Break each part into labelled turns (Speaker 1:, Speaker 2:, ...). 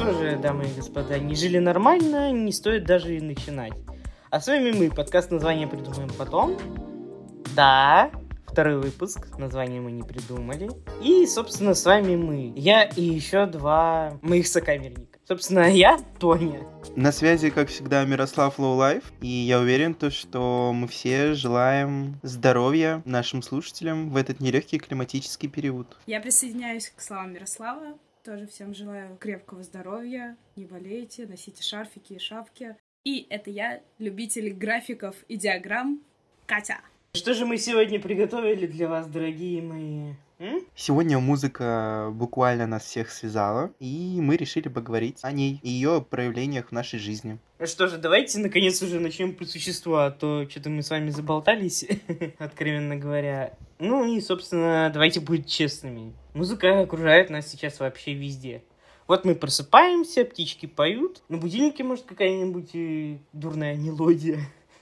Speaker 1: что же, дамы и господа, не жили нормально, не стоит даже и начинать. А с вами мы, подкаст название придумаем потом. Да, второй выпуск, название мы не придумали. И, собственно, с вами мы. Я и еще два моих сокамерника. Собственно, я Тоня.
Speaker 2: На связи, как всегда, Мирослав Лоулайф, и я уверен, что мы все желаем здоровья нашим слушателям в этот нелегкий климатический период.
Speaker 3: Я присоединяюсь к словам Мирослава. Тоже всем желаю крепкого здоровья, не болейте, носите шарфики и шапки. И это я, любитель графиков и диаграмм, Катя.
Speaker 1: Что же мы сегодня приготовили для вас, дорогие мои?
Speaker 2: Сегодня музыка буквально нас всех связала, и мы решили поговорить о ней и ее проявлениях в нашей жизни.
Speaker 1: Ну что же, давайте наконец уже начнем по существу, а то что-то мы с вами заболтались, откровенно говоря. Ну и, собственно, давайте быть честными. Музыка окружает нас сейчас вообще везде. Вот мы просыпаемся, птички поют, на будильнике, может, какая-нибудь дурная мелодия.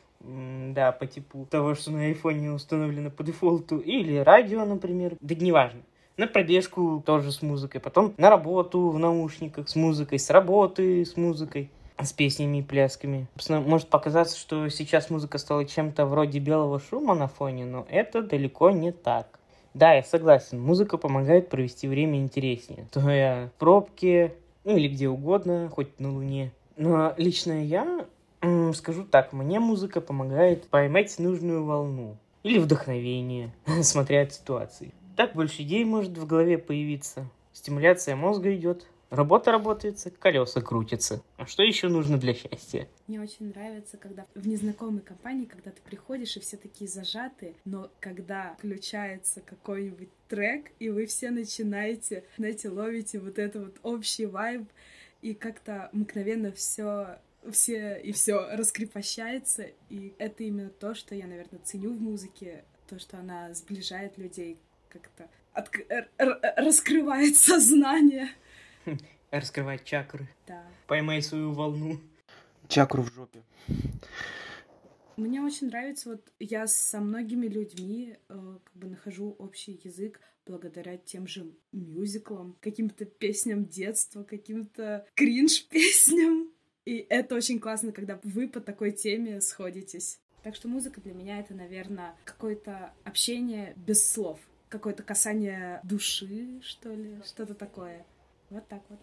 Speaker 1: Да, по типу того, что на айфоне установлено по дефолту. Или радио, например. Да неважно. На пробежку тоже с музыкой. Потом на работу в наушниках с музыкой. С работы с музыкой. С песнями и плясками. Собственно, может показаться, что сейчас музыка стала чем-то вроде белого шума на фоне, но это далеко не так. Да, я согласен. Музыка помогает провести время интереснее. Стоя в пробке, ну или где угодно, хоть на Луне. Но лично я... Скажу так, мне музыка помогает поймать нужную волну. Или вдохновение, смотря от ситуации. Так больше идей может в голове появиться. Стимуляция мозга идет, работа работается, колеса крутятся. А что еще нужно для счастья?
Speaker 3: Мне очень нравится, когда в незнакомой компании, когда ты приходишь, и все такие зажаты, но когда включается какой-нибудь трек, и вы все начинаете, знаете, ловите вот это вот общий вайб, и как-то мгновенно все раскрепощается, и это именно то, что я, наверное, ценю в музыке, то, что она сближает людей, как-то раскрывает сознание.
Speaker 1: Раскрывать чакры.
Speaker 3: Да.
Speaker 1: Поймай свою волну.
Speaker 2: Чакру в жопе.
Speaker 3: Мне очень нравится, вот я со многими людьми как бы нахожу общий язык благодаря тем же мюзиклам, каким-то песням детства, каким-то кринж-песням. И это очень классно, когда вы по такой теме сходитесь. Так что музыка для меня — это, наверное, какое-то общение без слов. Какое-то касание души, что ли, что-то такое. Вот так вот.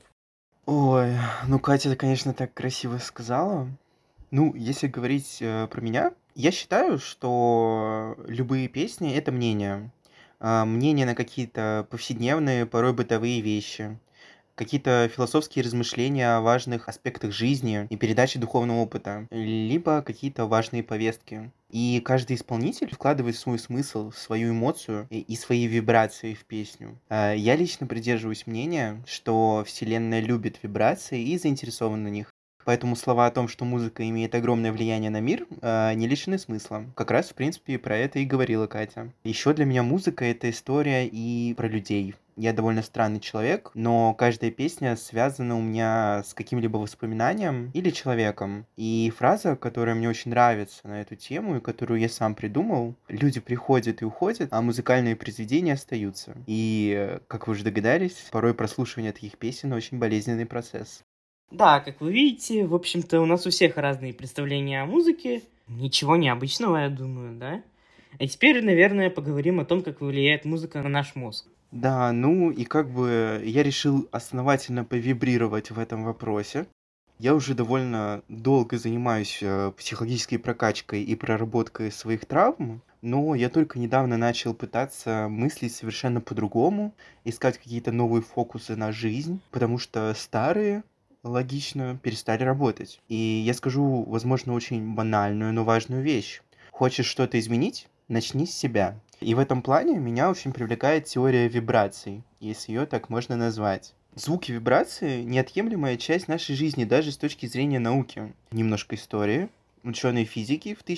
Speaker 2: Ой, ну Катя, конечно, так красиво сказала. Ну, если говорить про меня, я считаю, что любые песни — это мнение. Мнение на какие-то повседневные, порой бытовые вещи. Какие-то философские размышления о важных аспектах жизни и передаче духовного опыта, либо какие-то важные повестки. И каждый исполнитель вкладывает свой смысл, свою эмоцию и свои вибрации в песню. Я лично придерживаюсь мнения, что Вселенная любит вибрации и заинтересована на них. Поэтому слова о том, что музыка имеет огромное влияние на мир, не лишены смысла. Как раз, в принципе, про это и говорила Катя. Еще для меня музыка — это история и про людей. Я довольно странный человек, но каждая песня связана у меня с каким-либо воспоминанием или человеком. И фраза, которая мне очень нравится на эту тему, и которую я сам придумал: люди приходят и уходят, а музыкальные произведения остаются. И, как вы уже догадались, порой прослушивание таких песен очень болезненный процесс.
Speaker 1: Да, как вы видите, в общем-то, у нас у всех разные представления о музыке. Ничего необычного, я думаю, да? А теперь, наверное, поговорим о том, как влияет музыка на наш мозг.
Speaker 2: Да, ну и как бы я решил основательно повибрировать в этом вопросе. Я уже довольно долго занимаюсь психологической прокачкой и проработкой своих травм, но я только недавно начал пытаться мыслить совершенно по-другому, искать какие-то новые фокусы на жизнь, потому что старые, логично, перестали работать. И я скажу, возможно, очень банальную, но важную вещь. Хочешь что-то изменить? Начни с себя. И в этом плане меня очень привлекает теория вибраций, если ее так можно назвать. Звуки вибрации — неотъемлемая часть нашей жизни даже с точки зрения науки. Немножко истории. Ученые физики в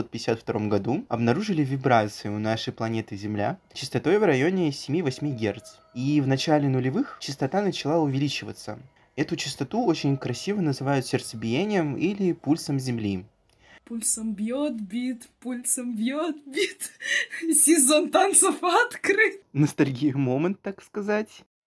Speaker 2: 1952 году обнаружили вибрации у нашей планеты Земля частотой в районе 7-8 Гц. И в начале нулевых частота начала увеличиваться. Эту частоту очень красиво называют сердцебиением или пульсом Земли.
Speaker 3: Пульсом бьет бит, пульсом бьет бит. Сезон танцев открыт.
Speaker 2: Ностальгия момент, так сказать.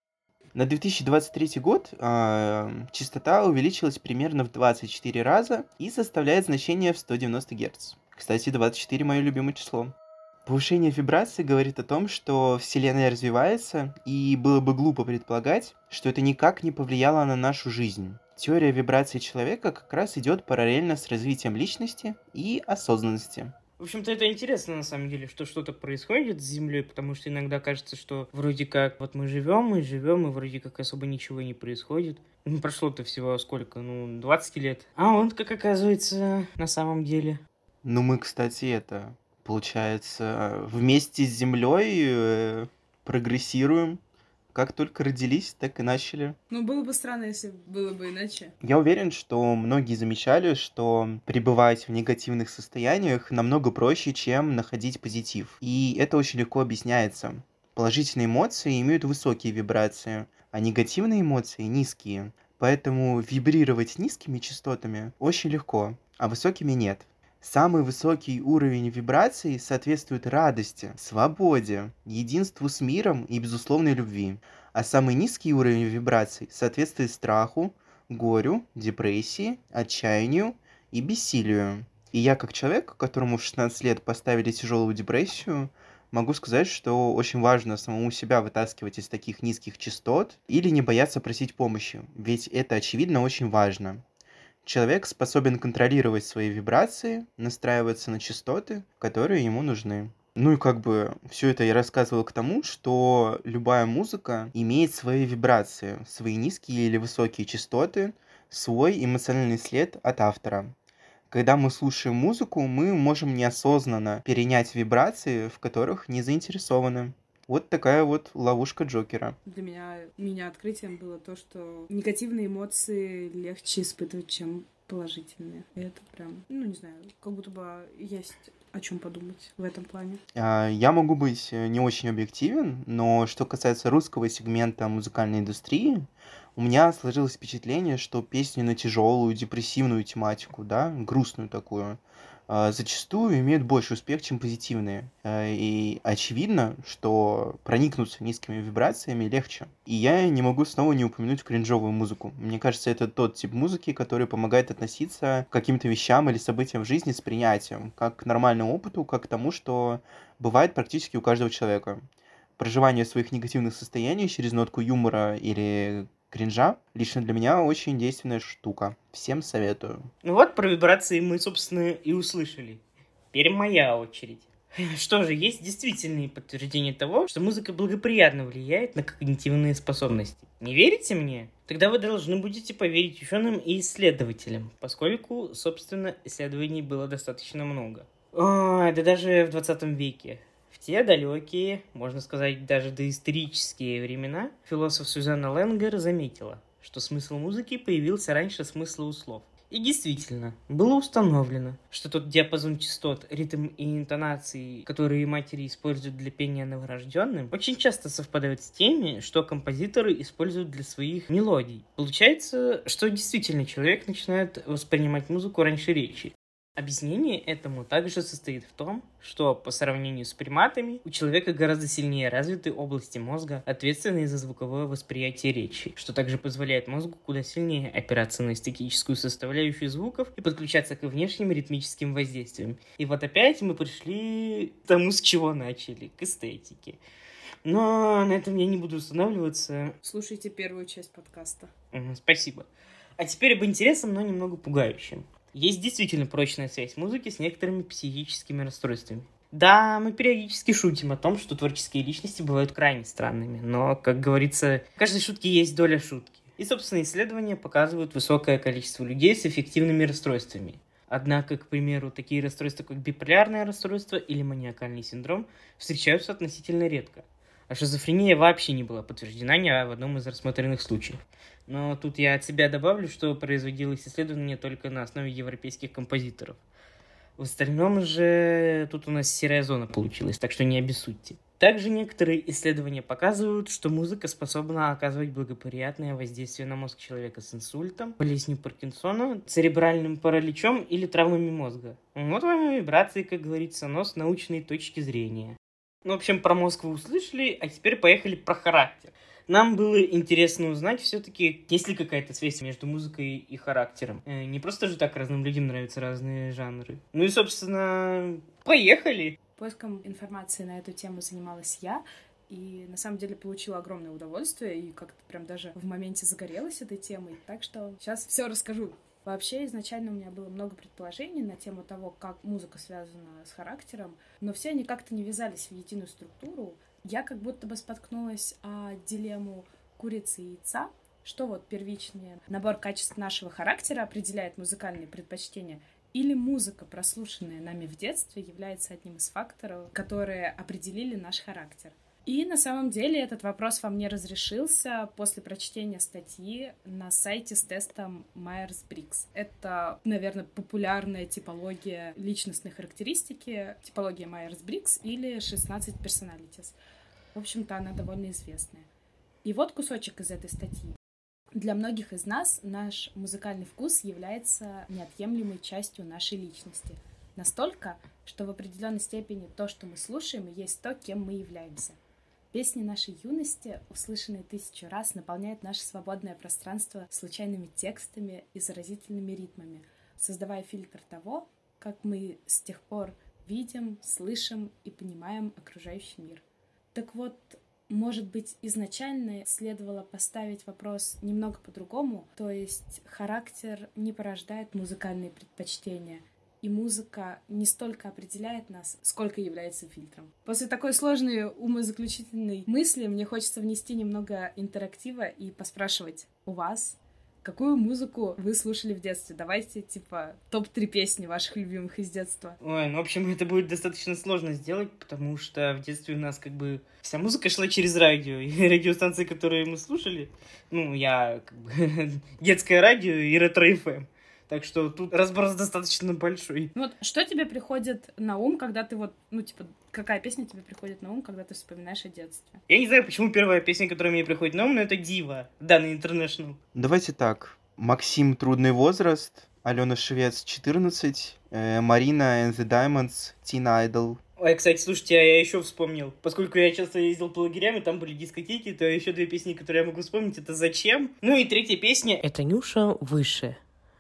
Speaker 2: На 2023 год частота увеличилась примерно в 24 раза и составляет значение в 190 Гц. Кстати, 24 мое любимое число. Повышение вибраций говорит о том, что Вселенная развивается, и было бы глупо предполагать, что это никак не повлияло на нашу жизнь. Теория вибраций человека как раз идет параллельно с развитием личности и осознанности.
Speaker 1: В общем-то, это интересно, на самом деле, что что-то происходит с Землей, потому что иногда кажется, что вроде как вот мы живем, и вроде как особо ничего не происходит. Прошло-то всего сколько? 20 лет. А он, как оказывается, на самом деле.
Speaker 2: Мы, кстати, получается, вместе с Землей прогрессируем. Как только родились, так и начали.
Speaker 3: Было бы странно, если было бы иначе.
Speaker 2: Я уверен, что многие замечали, что пребывать в негативных состояниях намного проще, чем находить позитив. И это очень легко объясняется. Положительные эмоции имеют высокие вибрации, а негативные эмоции низкие. Поэтому вибрировать низкими частотами очень легко, а высокими нет. Самый высокий уровень вибраций соответствует радости, свободе, единству с миром и безусловной любви. А самый низкий уровень вибраций соответствует страху, горю, депрессии, отчаянию и бессилию. И я, как человек, которому в 16 лет поставили тяжелую депрессию, могу сказать, что очень важно самому себя вытаскивать из таких низких частот или не бояться просить помощи, ведь это, очевидно, очень важно. Человек способен контролировать свои вибрации, настраиваться на частоты, которые ему нужны. Все это я рассказывал к тому, что любая музыка имеет свои вибрации, свои низкие или высокие частоты, свой эмоциональный след от автора. Когда мы слушаем музыку, мы можем неосознанно перенять вибрации, в которых не заинтересованы. Вот такая вот ловушка Джокера.
Speaker 3: Для меня открытием было то, что негативные эмоции легче испытывать, чем положительные. И это прям, не знаю, как будто бы есть о чем подумать в этом плане.
Speaker 2: Я могу быть не очень объективен, но что касается русского сегмента музыкальной индустрии, у меня сложилось впечатление, что песни на тяжелую, депрессивную тематику, да, грустную такую, зачастую имеют больше успех, чем позитивные. И очевидно, что проникнуться низкими вибрациями легче. И я не могу снова не упомянуть кринжовую музыку. Мне кажется, это тот тип музыки, который помогает относиться к каким-то вещам или событиям в жизни с принятием, как к нормальному опыту, как к тому, что бывает практически у каждого человека. Проживание своих негативных состояний через нотку юмора или кринжа лично для меня очень действенная штука. Всем советую.
Speaker 1: Про вибрации мы, собственно, и услышали. Теперь моя очередь. Что же, есть действительные подтверждения того, что музыка благоприятно влияет на когнитивные способности. Не верите мне? Тогда вы должны будете поверить ученым и исследователям, поскольку, собственно, исследований было достаточно много. Да даже в 20 веке. В те далекие, можно сказать, даже доисторические времена, философ Сюзанна Ленгер заметила, что смысл музыки появился раньше смысла у слов. И действительно, было установлено, что тот диапазон частот, ритм и интонации, которые матери используют для пения новорожденным, очень часто совпадают с теми, что композиторы используют для своих мелодий. Получается, что действительно человек начинает воспринимать музыку раньше речи. Объяснение этому также состоит в том, что по сравнению с приматами у человека гораздо сильнее развиты области мозга, ответственные за звуковое восприятие речи, что также позволяет мозгу куда сильнее опираться на эстетическую составляющую звуков и подключаться к внешним ритмическим воздействиям. И вот опять мы пришли к тому, с чего начали, к эстетике. Но на этом я не буду останавливаться.
Speaker 3: Слушайте первую часть подкаста.
Speaker 1: Спасибо. А теперь об интересном, но немного пугающем. Есть действительно прочная связь музыки с некоторыми психическими расстройствами. Да, мы периодически шутим о том, что творческие личности бывают крайне странными, но, как говорится, в каждой шутке есть доля шутки. И, собственно, исследования показывают высокое количество людей с эффективными расстройствами. Однако, к примеру, такие расстройства, как биполярное расстройство или маниакальный синдром, встречаются относительно редко. А шизофрения вообще не была подтверждена ни в одном из рассмотренных случаев. Но тут я от себя добавлю, что производилось исследование только на основе европейских композиторов. В остальном же тут у нас серая зона получилась, так что не обессудьте. Также некоторые исследования показывают, что музыка способна оказывать благоприятное воздействие на мозг человека с инсультом, болезнью Паркинсона, церебральным параличом или травмами мозга. Вот вам и вибрации, как говорится, но с научной точки зрения. Ну, в общем, про мозг вы услышали, а теперь поехали про характер. Нам было интересно узнать все-таки, есть ли какая-то связь между музыкой и характером. Не просто же так разным людям нравятся разные жанры. Ну и, собственно, поехали!
Speaker 3: Поиском информации на эту тему занималась я, и на самом деле получила огромное удовольствие, и как-то прям даже в моменте загорелась этой темой. Так что сейчас все расскажу. Вообще, изначально у меня было много предположений на тему того, как музыка связана с характером, но все они как-то не вязались в единую структуру. Я как будто бы споткнулась о дилемму курицы и яйца, что вот первичнее. Набор качеств нашего характера определяет музыкальные предпочтения, или музыка, прослушанная нами в детстве, является одним из факторов, которые определили наш характер. И на самом деле этот вопрос во мне разрешился после прочтения статьи на сайте с тестом Майерс-Бриггс. Это, наверное, популярная типология личностной характеристики, типология Майерс-Бриггс или 16 personalities. В общем-то, она довольно известная. И вот кусочек из этой статьи. Для многих из нас наш музыкальный вкус является неотъемлемой частью нашей личности. Настолько, что в определенной степени то, что мы слушаем, и есть то, кем мы являемся. Песни нашей юности, услышанные 1000 раз, наполняют наше свободное пространство случайными текстами и заразительными ритмами, создавая фильтр того, как мы с тех пор видим, слышим и понимаем окружающий мир. Так вот, может быть, изначально следовало поставить вопрос немного по-другому, то есть характер не порождает музыкальные предпочтения, и музыка не столько определяет нас, сколько является фильтром. После такой сложной умозаключительной мысли мне хочется внести немного интерактива и поспрашивать у вас, какую музыку вы слушали в детстве. Давайте, топ-3 песни ваших любимых из детства.
Speaker 1: Ой, ну, в общем, это будет достаточно сложно сделать, потому что в детстве у нас вся музыка шла через радио. И радиостанции, которые мы слушали, я детское радио и ретро-ФМ. Так что тут разброс достаточно большой.
Speaker 3: Вот что тебе приходит на ум, когда ты какая песня тебе приходит на ум, когда ты вспоминаешь о детстве?
Speaker 1: Я не знаю, почему первая песня, которая мне приходит на ум, но это Дива, Дана Интернешнл.
Speaker 2: Давайте так. Максим «Трудный возраст», Алена Швец «14», Марина and the Diamonds, Teen Idol.
Speaker 1: Ой, кстати, слушайте, я еще вспомнил. Поскольку я часто ездил по лагерям, и там были дискотеки, то еще 2 песни, которые я могу вспомнить, это «Зачем?». Ну и 3-я песня — это «Нюша выше».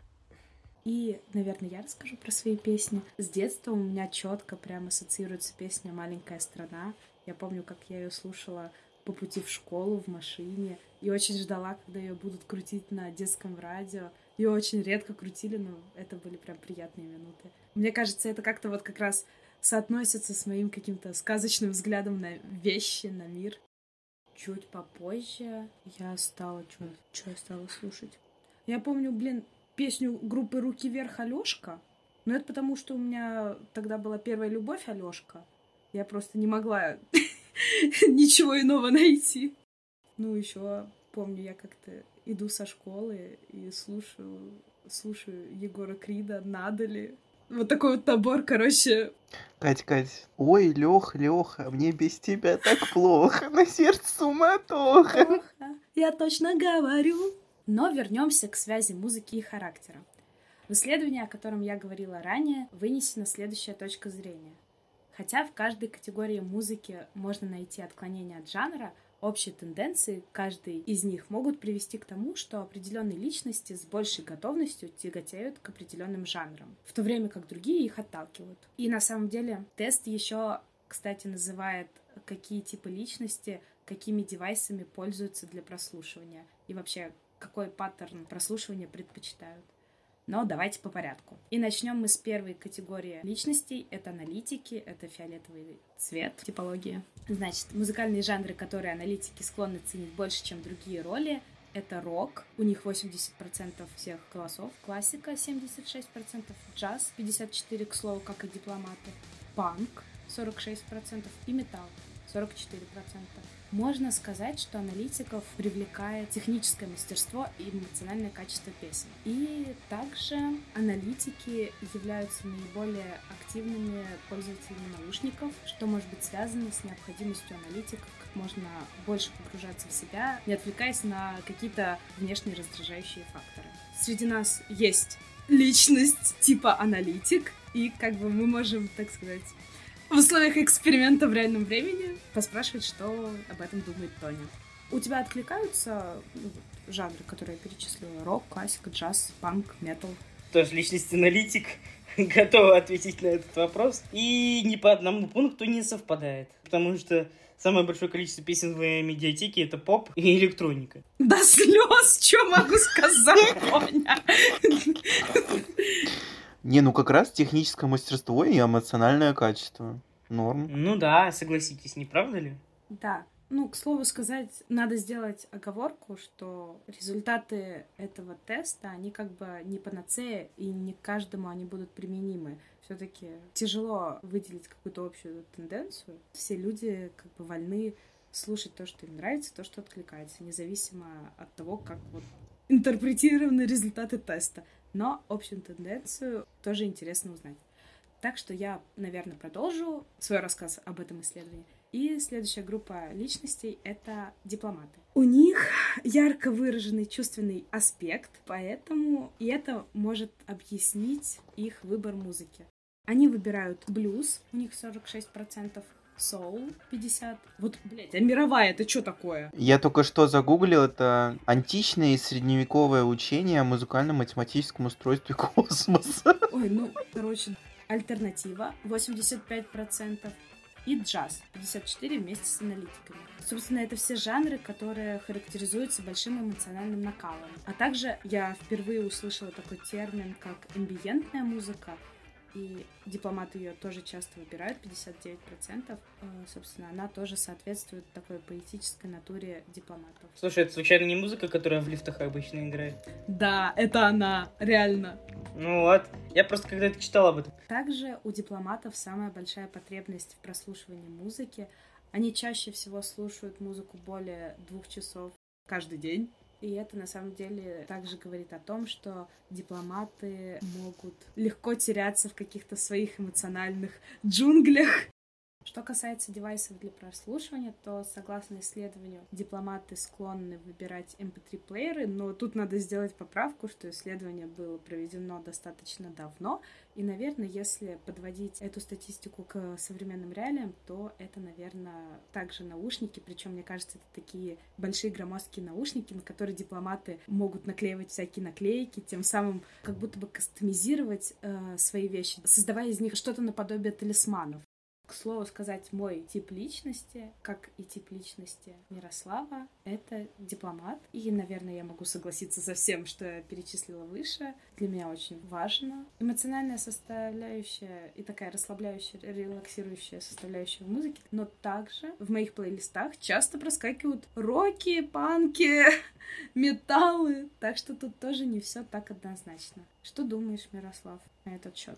Speaker 3: И, наверное, я расскажу про свои песни. С детства у меня четко прям ассоциируется песня «Маленькая страна». Я помню, как я ее слушала по пути в школу, в машине, и очень ждала, когда ее будут крутить на детском радио. Ее очень редко крутили, но это были прям приятные минуты. Мне кажется, это как-то вот как раз соотносится с моим каким-то сказочным взглядом на вещи, на мир. Чуть попозже я стала... Что я стала слушать? Я помню, песню группы «Руки вверх» «Алёшка». Но это потому, что у меня тогда была первая любовь «Алёшка». Я просто не могла ничего иного найти. Ну, еще помню, я как-то иду со школы и слушаю Егора Крида «Надо ли?». Вот такой вот набор, короче.
Speaker 2: Кать, ой, Лёха, мне без тебя так плохо, на сердце суматоха.
Speaker 3: Я точно говорю. Но вернемся к связи музыки и характера. В исследовании, о котором я говорила ранее, вынесена следующая точка зрения. Хотя в каждой категории музыки можно найти отклонения от жанра, общие тенденции каждой из них могут привести к тому, что определенные личности с большей готовностью тяготеют к определенным жанрам, в то время как другие их отталкивают. И на самом деле тест еще, кстати, называет, какие типы личности, какими девайсами пользуются для прослушивания и вообще какой паттерн прослушивания предпочитают. Но давайте по порядку. И начнем мы с первой категории личностей. Это аналитики, это фиолетовый цвет, типология. Значит, музыкальные жанры, которые аналитики склонны ценить больше, чем другие роли, это рок, у них 80% всех голосов, классика 76%, джаз 54%, к слову, как и дипломаты, панк 46% и металл 44%. Можно сказать, что аналитиков привлекает техническое мастерство и эмоциональное качество песен. И также аналитики являются наиболее активными пользователями наушников, что может быть связано с необходимостью аналитиков как можно больше погружаться в себя, не отвлекаясь на какие-то внешние раздражающие факторы. Среди нас есть личность типа аналитик, и мы можем, так сказать, в условиях эксперимента в реальном времени поспрашивать, что об этом думает Тоня. У тебя откликаются жанры, которые я перечислила? Рок, классика, джаз, панк, метал?
Speaker 1: Тоже личность-аналитик, готова ответить на этот вопрос. И ни по одному пункту не совпадает. Потому что самое большое количество песен в моей медиатеке — это поп и электроника.
Speaker 3: До слез, что могу сказать, Тоня?
Speaker 2: Не, ну как раз техническое мастерство и эмоциональное качество. Норм.
Speaker 1: Ну да, согласитесь, не правда ли?
Speaker 3: Да. Ну, к слову сказать, надо сделать оговорку, что результаты этого теста, они как бы не панацея, и не к каждому они будут применимы. Все-таки тяжело выделить какую-то общую тенденцию. Все люди как бы вольны слушать то, что им нравится, то, что откликается, независимо от того, как вот интерпретированы результаты теста. Но общую тенденцию тоже интересно узнать. Так что я, наверное, продолжу свой рассказ об этом исследовании. И следующая группа личностей — это дипломаты. У них ярко выраженный чувственный аспект, поэтому и это может объяснить их выбор музыки. Они выбирают блюз, у них 46%, соул 50%. Вот, блядь, а мировая — это что такое?
Speaker 2: Я только что загуглил, это античное и средневековое учение о музыкально-математическом устройстве космоса.
Speaker 3: Ой, ну, короче, альтернатива 85%. И джаз 54% вместе с аналитиками. Собственно, это все жанры, которые характеризуются большим эмоциональным накалом. А также я впервые услышала такой термин, как амбиентная музыка, и дипломаты ее тоже часто выбирают, 59%. Собственно, она тоже соответствует такой поэтической натуре дипломатов.
Speaker 1: Слушай, это случайно не музыка, которая в лифтах обычно играет?
Speaker 3: Да, это она, реально.
Speaker 1: Ну вот, я просто когда-то читал об этом.
Speaker 3: Также у дипломатов самая большая потребность в прослушивании музыки. Они чаще всего слушают музыку более 2 часов каждый день. И это на самом деле также говорит о том, что дипломаты могут легко теряться в каких-то своих эмоциональных джунглях. Что касается девайсов для прослушивания, то, согласно исследованию, дипломаты склонны выбирать MP3-плееры, но тут надо сделать поправку, что исследование было проведено достаточно давно, и, наверное, если подводить эту статистику к современным реалиям, то это, наверное, также наушники, причем, мне кажется, это такие большие громоздкие наушники, на которые дипломаты могут наклеивать всякие наклейки, тем самым как будто бы кастомизировать свои вещи, создавая из них что-то наподобие талисманов. К слову сказать, мой тип личности, как и тип личности Мирослава, это дипломат. И, наверное, я могу согласиться со всем, что я перечислила выше. Для меня очень важно. Эмоциональная составляющая и такая расслабляющая, релаксирующая составляющая в музыке. Но также в моих плейлистах часто проскакивают роки, панки, металлы. Так что тут тоже не все так однозначно. Что думаешь, Мирослав, на этот счет?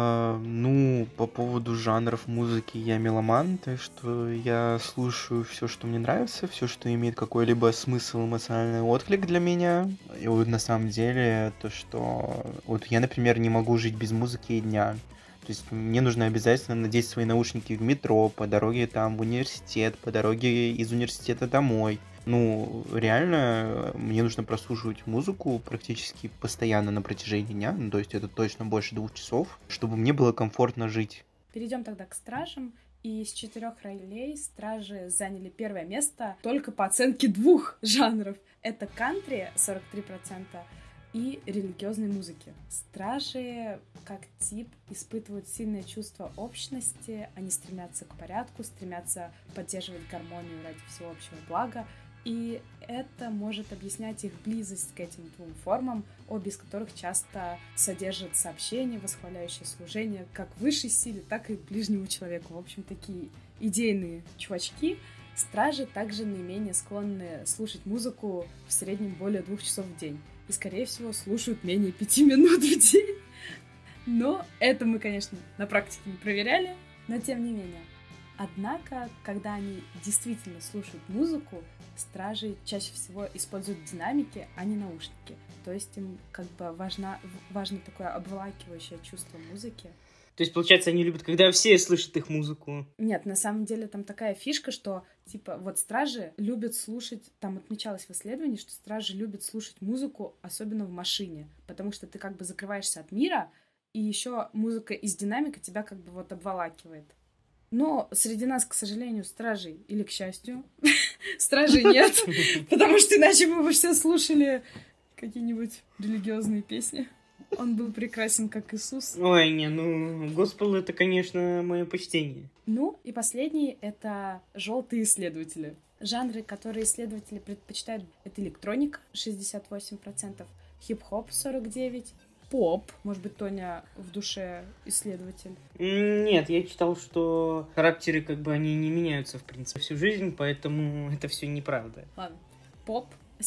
Speaker 2: Ну, по поводу жанров музыки я меломан, так что я слушаю все, что мне нравится, все, что имеет какой-либо смысл, эмоциональный отклик для меня. И вот на самом деле то, что вот я, например, не могу жить без музыки и дня. То есть мне нужно обязательно надеть свои наушники в метро, по дороге там в университет, по дороге из университета домой. Ну, реально, мне нужно прослушивать музыку практически постоянно на протяжении дня, ну, то есть это точно больше 2 часов, чтобы мне было комфортно жить.
Speaker 3: Перейдем тогда к стражам. И из 4 ролей стражи заняли первое место только по оценке 2 жанров. Это кантри 43% и религиозной музыки. Стражи, как тип, испытывают сильное чувство общности, они стремятся к порядку, стремятся поддерживать гармонию ради всеобщего блага, и это может объяснять их близость к этим 2 формам, обе из которых часто содержат сообщения, восхваляющие служение как высшей силе, так и ближнему человеку. В общем, такие идейные чувачки. Стражи также наименее склонны слушать музыку в среднем более 2 часов в день. И, скорее всего, слушают менее 5 минут в день. Но это мы, конечно, на практике не проверяли, но тем не менее. Однако, когда они действительно слушают музыку, стражи чаще всего используют динамики, а не наушники. То есть им как бы важно такое обволакивающее чувство музыки.
Speaker 1: То есть, получается, они любят, когда все слышат их музыку.
Speaker 3: Нет, на самом деле там такая фишка, что, типа, вот стражи любят слушать, там отмечалось в исследовании, что стражи любят слушать музыку, особенно в машине, потому что ты как бы закрываешься от мира, и еще музыка из динамика тебя как бы вот обволакивает. Но среди нас, к сожалению, стражей, или к счастью, стражей нет, потому что иначе мы бы все слушали какие-нибудь религиозные песни. Он был прекрасен, как Иисус.
Speaker 1: Ой, не, ну, госпел это, конечно, мое почтение.
Speaker 3: Ну, и последний — это желтые исследователи. Жанры, которые исследователи предпочитают, это электроника, 68%, хип-хоп, 49%, поп, может быть, Тоня в душе исследователь.
Speaker 1: Нет, я читал, что характеры, как бы, они не меняются, в принципе, всю жизнь, поэтому это все неправда.
Speaker 3: Ладно. Поп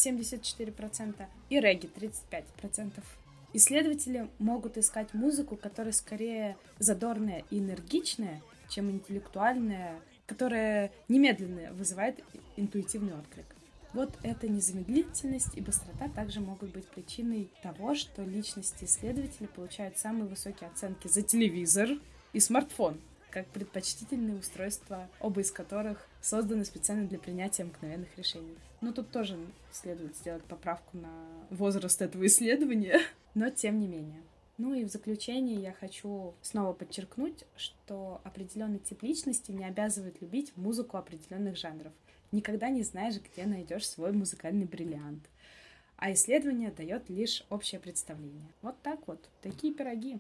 Speaker 3: 74% и регги 35%. Исследователи могут искать музыку, которая скорее задорная и энергичная, чем интеллектуальная, которая немедленно вызывает интуитивный отклик. Вот эта незамедлительность и быстрота также могут быть причиной того, что личности исследователей получают самые высокие оценки за телевизор и смартфон, как предпочтительные устройства, оба из которых созданы специально для принятия мгновенных решений. Но тут тоже следует сделать поправку на возраст этого исследования, но тем не менее. Ну и в заключение я хочу снова подчеркнуть, что определенный тип личности не обязывает любить музыку определенных жанров. Никогда не знаешь, где найдешь свой музыкальный бриллиант. А исследование дает лишь общее представление. Вот так вот, такие пироги.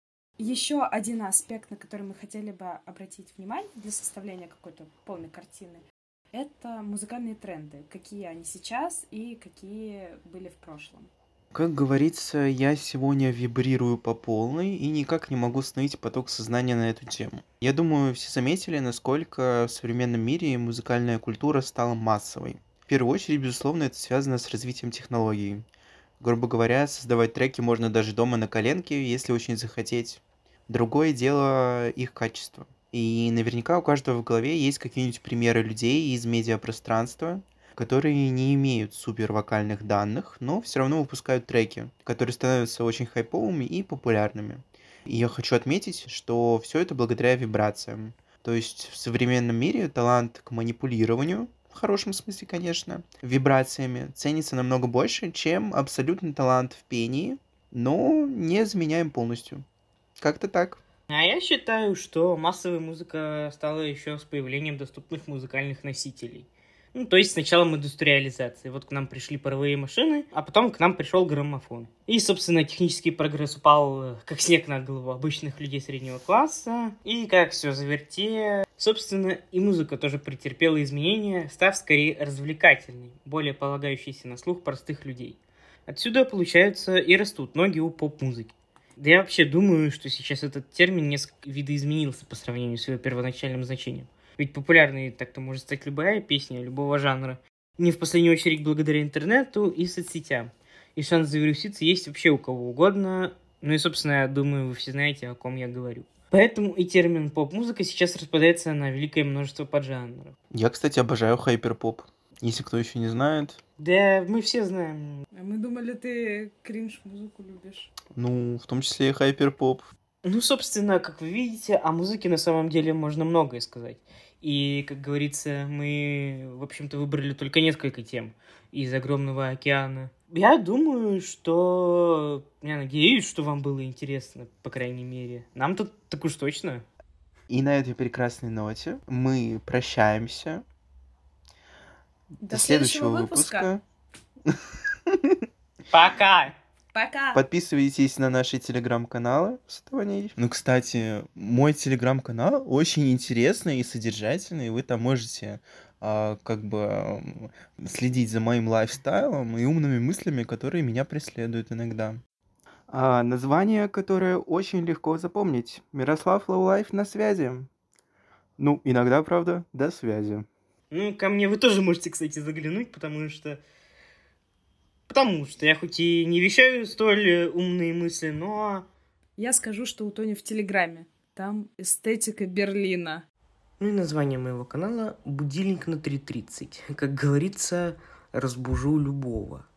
Speaker 3: Еще один аспект, на который мы хотели бы обратить внимание для составления какой-то полной картины, это музыкальные тренды. Какие они сейчас и какие были в прошлом.
Speaker 2: Как говорится, я сегодня вибрирую по полной и никак не могу остановить поток сознания на эту тему. Я думаю, все заметили, насколько в современном мире музыкальная культура стала массовой. В первую очередь, безусловно, это связано с развитием технологий. Грубо говоря, создавать треки можно даже дома на коленке, если очень захотеть. Другое дело их качество. И наверняка у каждого в голове есть какие-нибудь примеры людей из медиапространства, которые не имеют супер вокальных данных, но все равно выпускают треки, которые становятся очень хайповыми и популярными. И я хочу отметить, что все это благодаря вибрациям. То есть в современном мире талант к манипулированию, в хорошем смысле, конечно, вибрациями ценится намного больше, чем абсолютный талант в пении, но не заменяем полностью. Как-то так.
Speaker 1: А я считаю, что массовая музыка стала еще с появлением доступных музыкальных носителей. Ну, то есть с началом индустриализации. Вот к нам пришли паровые машины, а потом к нам пришел граммофон. И, собственно, технический прогресс упал как снег на голову обычных людей среднего класса. И как все завертело. Собственно, и музыка тоже претерпела изменения, став скорее развлекательной, более полагающейся на слух простых людей. Отсюда, получается, и растут ноги у поп-музыки. Да я вообще думаю, что сейчас этот термин несколько видоизменился по сравнению с его первоначальным значением. Ведь популярной так-то может стать любая песня любого жанра. Не в последнюю очередь благодаря интернету и соцсетям. И шанс завируситься есть вообще у кого угодно. Ну и, собственно, я думаю, вы все знаете, о ком я говорю. Поэтому и термин поп-музыка сейчас распадается на великое множество поджанров.
Speaker 2: Я, кстати, обожаю хайперпоп. Если кто еще не знает.
Speaker 1: Да, мы все знаем.
Speaker 3: А мы думали, ты кринж-музыку любишь.
Speaker 2: Ну, в том числе и хайперпоп.
Speaker 1: Ну, собственно, как вы видите, о музыке на самом деле можно многое сказать. И, как говорится, мы, в общем-то, выбрали только несколько тем из огромного океана. Я думаю, что... Я надеюсь, что вам было интересно, по крайней мере. Нам-то так уж точно.
Speaker 2: И на этой прекрасной ноте мы прощаемся.
Speaker 3: До следующего выпуска.
Speaker 1: Пока!
Speaker 3: Пока!
Speaker 2: Подписывайтесь на наши телеграм-каналы. Ну, кстати, мой телеграм-канал очень интересный и содержательный. Вы там можете следить за моим лайфстайлом и умными мыслями, которые меня преследуют иногда. Название, которое очень легко запомнить. Мирослав Лоулайф на связи. Ну, иногда, правда, до связи.
Speaker 1: Ну, ко мне вы тоже можете, кстати, заглянуть, потому что я хоть и не вещаю столь умные мысли, но...
Speaker 3: Я скажу, что у Тони в Телеграме. Там эстетика Берлина.
Speaker 1: Ну и название моего канала «Будильник на 3:30». Как говорится, разбужу любого.